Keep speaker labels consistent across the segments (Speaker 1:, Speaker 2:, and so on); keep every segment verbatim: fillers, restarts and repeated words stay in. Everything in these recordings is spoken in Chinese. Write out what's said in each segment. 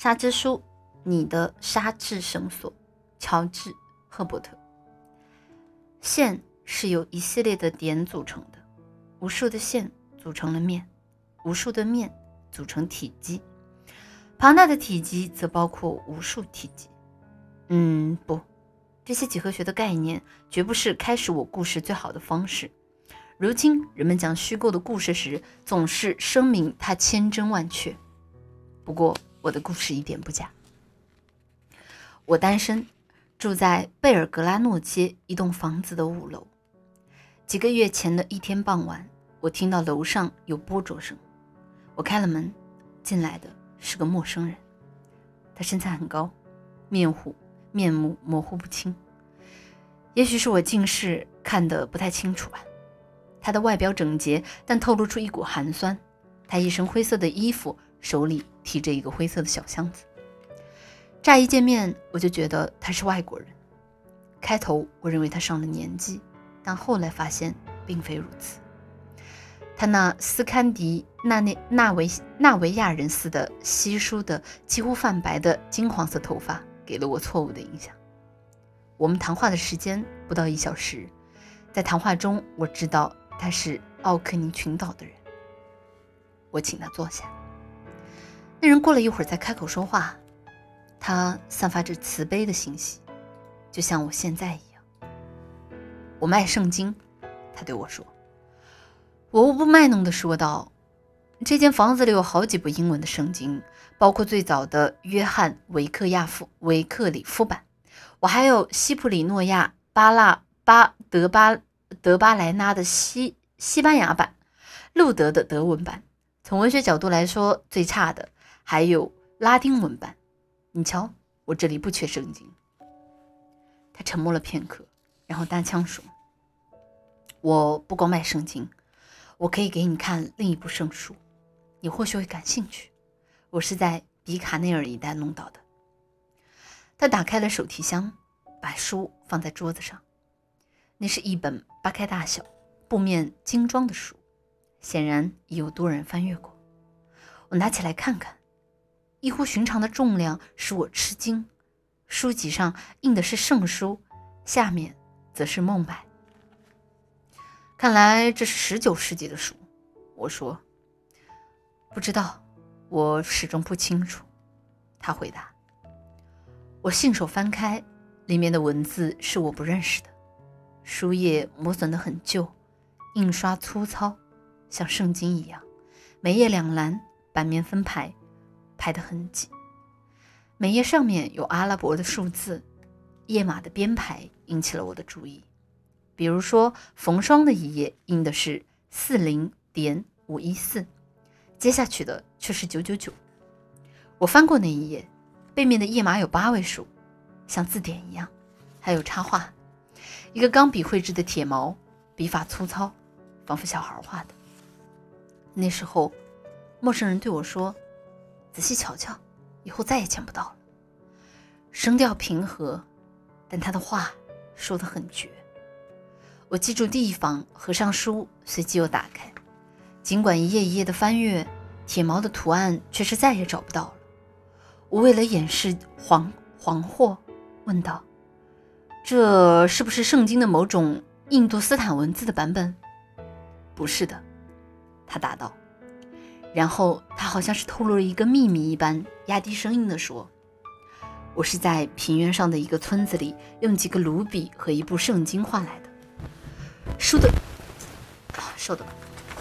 Speaker 1: 沙之书，你的沙质绳索，乔治·赫伯特。线是由一系列的点组成的，无数的线组成了面，无数的面组成体积，庞大的体积则包括无数体积。嗯，不，这些几何学的概念绝不是开始我故事最好的方式。如今人们讲虚构的故事时，总是声明它千真万确。不过我的故事一点不假。我单身，住在贝尔格拉诺街一栋房子的五楼。几个月前的一天傍晚，我听到楼上有拨啄声。我开了门，进来的是个陌生人。他身材很高，面糊面目模糊不清，也许是我近视看得不太清楚吧。他的外表整洁，但透露出一股寒酸。他一身灰色的衣服，手里提着一个灰色的小箱子。乍一见面，我就觉得他是外国人。开头我认为他上了年纪，但后来发现并非如此。他那斯堪迪纳内纳维纳维亚人似的稀疏的几乎泛白的金黄色头发给了我错误的印象。我们谈话的时间不到一小时，在谈话中我知道他是奥克尼群岛的人。我请他坐下。那人过了一会儿才开口说话，他散发着慈悲的信息，就像我现在一样。我卖圣经，他对我说。我无不卖弄地说道，这间房子里有好几部英文的圣经，包括最早的约翰维克亚夫维克里夫版，我还有西普里诺亚巴拉巴德巴德巴莱纳的西西班牙版，路德的德文版，从文学角度来说最差的还有拉丁文版。你瞧，我这里不缺圣经。他沉默了片刻，然后搭腔说，我不光卖圣经，我可以给你看另一部圣书，你或许会感兴趣。我是在比卡内尔一带弄到的。他打开了手提箱，把书放在桌子上。那是一本扒开大小、布面精装的书，显然已有多人翻阅过。我拿起来看看，异乎寻常的重量使我吃惊。书籍上印的是圣书，下面则是孟买。看来这是十九世纪的书，我说。不知道，我始终不清楚，他回答。我信手翻开，里面的文字是我不认识的，书页磨损得很旧，印刷粗糙，像圣经一样，每页两栏，版面分排，排得很紧。每页上面有阿拉伯的数字，页码的编排引起了我的注意。比如说冯双的一页印的是 四十点五一四， 接下去的却是九九九。我翻过那一页，背面的页码有八位数，像字典一样，还有插画，一个钢笔绘制的铁锚，笔法粗糙，仿佛小孩画的。那时候陌生人对我说，仔细瞧瞧，以后再也见不到了。声调平和，但他的话说得很绝。我记住地方，合上书，随即又打开。尽管一页一页的翻阅，铁锚的图案却是再也找不到了。我为了掩饰惶惶惑，问道，这是不是圣经的某种印度斯坦文字的版本？不是的，他答道。然后他好像是透露了一个秘密一般，压低声音地说，我是在平原上的一个村子里用几个卢比和一部圣经换来的。书的、啊、稍等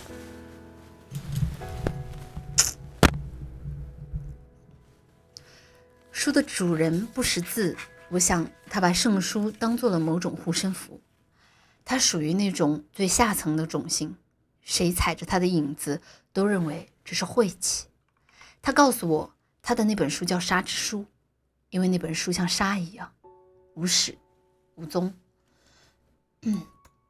Speaker 1: 书的主人不识字，我想他把圣书当做了某种护身符。他属于那种最下层的种姓，谁踩着他的影子都认为这是晦气。他告诉我，他的那本书叫沙之书，因为那本书像沙一样，无始无踪。嗯，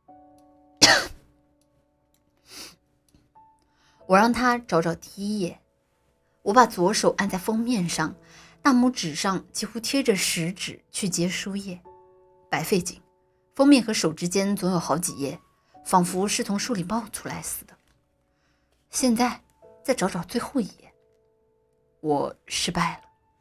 Speaker 1: 我让他找找第一页。我把左手按在封面上，大拇指上几乎贴着食指去接书页，白费劲。封面和手之间总有好几页，仿佛是从书里冒出来似的。现在再找找最后一页。我失败了，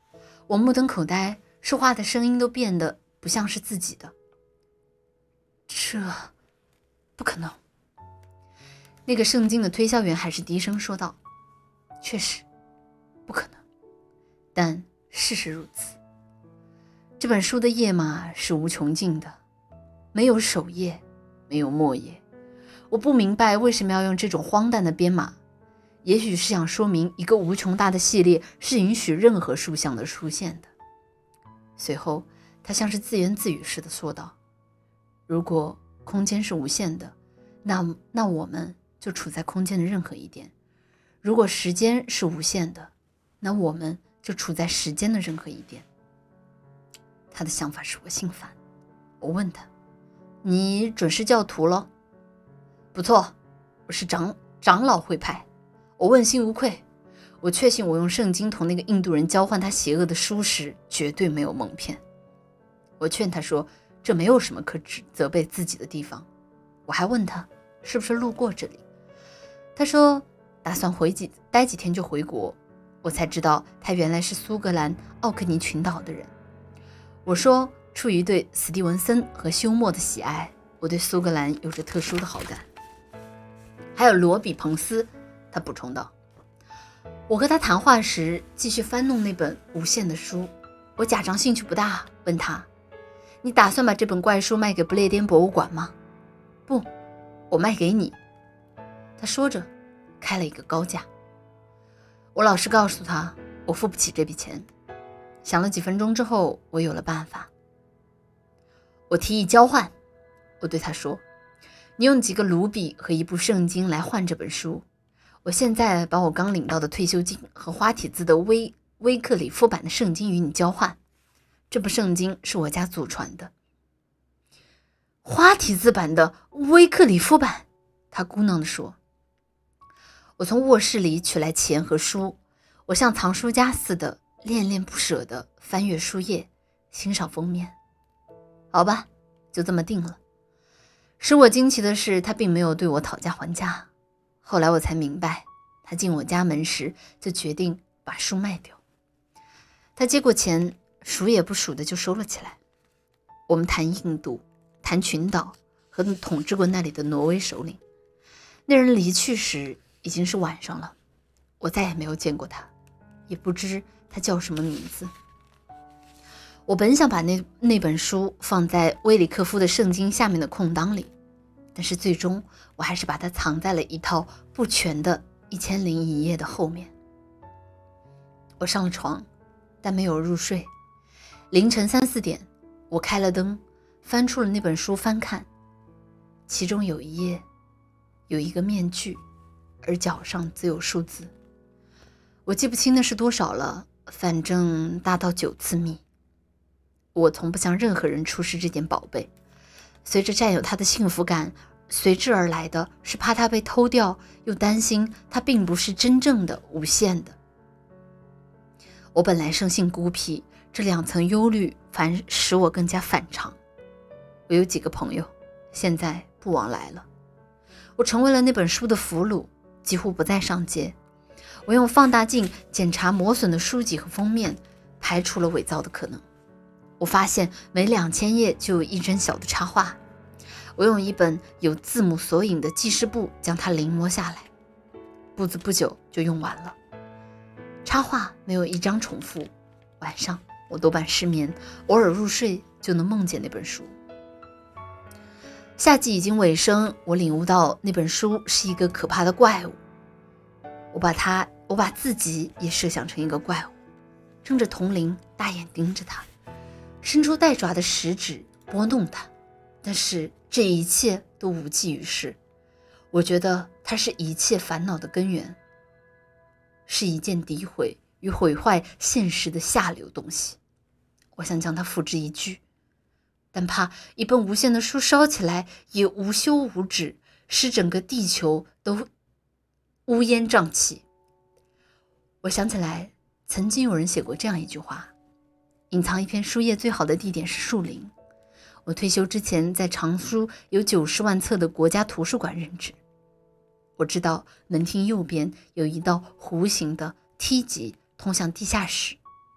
Speaker 1: 我目瞪口呆，说话的声音都变得不像是自己的。这不可能。那个圣经的推销员还是低声说道，确实不可能，但事实如此。这本书的页码是无穷尽的，没有首页，没有末页。我不明白为什么要用这种荒诞的编码，也许是想说明一个无穷大的系列是允许任何数项的出现的。随后他像是自言自语似的说道，如果空间是无限的，那那我们就处在空间的任何一点；如果时间是无限的，那我们就处在时间的任何一点。他的想法使我心烦。我问他，你准是教徒咯？不错，我是长长老会派。我问心无愧，我确信我用圣经同那个印度人交换他邪恶的书时绝对没有蒙骗。我劝他说，这没有什么可指责备自己的地方。我还问他是不是路过这里，他说打算回几待几天就回国。我才知道他原来是苏格兰奥克尼群岛的人。我说，出于对史蒂文森和休谟的喜爱，我对苏格兰有着特殊的好感。还有罗比彭斯，他补充道。我和他谈话时继续翻弄那本无限的书。我假装兴趣不大，问他，你打算把这本怪书卖给不列颠博物馆吗？不，我卖给你。他说着开了一个高价。我老实告诉他，我付不起这笔钱。想了几分钟之后，我有了办法。我提议交换。我对他说，你用几个卢比和一部圣经来换这本书。我现在把我刚领到的退休金和花体字的威威克里夫版的圣经与你交换。这部圣经是我家祖传的。花体字版的威克里夫版，他咕囔地说。我从卧室里取来钱和书，我像藏书家似的恋恋不舍地翻阅书页，欣赏封面。好吧，就这么定了。使我惊奇的是，他并没有对我讨价还价。后来我才明白，他进我家门时就决定把书卖掉。他接过钱，数也不数的就收了起来。我们谈印度，谈群岛和统治过那里的挪威首领。那人离去时已经是晚上了，我再也没有见过他，也不知他叫什么名字。我本想把那那本书放在威里克夫的圣经下面的空档里，但是最终我还是把它藏在了一套不全的一千零一夜的后面。我上了床，但没有入睡。凌晨三四点，我开了灯，翻出了那本书翻看，其中有一页有一个面具，而角上只有数字。我记不清那是多少了，反正大到九次幂。我从不向任何人出示这件宝贝，随着占有它的幸福感，随之而来的是怕它被偷掉，又担心它并不是真正的无限的。我本来生性孤僻，这两层忧虑反使我更加反常。我有几个朋友，现在不往来了。我成为了那本书的俘虏，几乎不再上街。我用放大镜检查磨损的书籍和封面，排除了伪造的可能。我发现每两千页就有一帧小的插画。我用一本有字母索引的记事簿将它临摹下来，步子不久就用完了。插画没有一张重复。晚上我多半失眠，偶尔入睡就能梦见那本书。夏季已经尾声，我领悟到那本书是一个可怕的怪物。我把它，我把自己也设想成一个怪物，睁着铜铃，大眼盯着它，伸出带爪的食指拨弄它。但是这一切都无济于事。我觉得它是一切烦恼的根源，是一件诋毁与毁坏现实的下流东西。我想将它付之一炬，但怕一本无限的书烧起来也无休无止，使整个地球都乌烟瘴气。我想起来，曾经有人写过这样一句话：隐藏一片书页最好的地点是树林。我退休之前在藏书有九十万册的国家图书馆任职。我知道门厅右边有一道弧形的梯级通向地下室，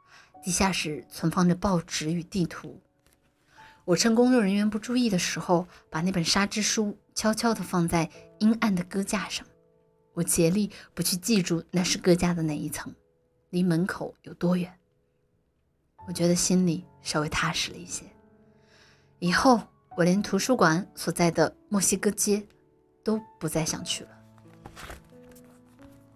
Speaker 1: 地下室存放着报纸与地图。我趁工作人员不注意的时候，把那本沙之书悄悄地放在阴暗的搁架上。我竭力不去记住那是搁架的哪一层，离门口有多远。我觉得心里稍微踏实了一些。以后我连图书馆所在的墨西哥街都不再想去了。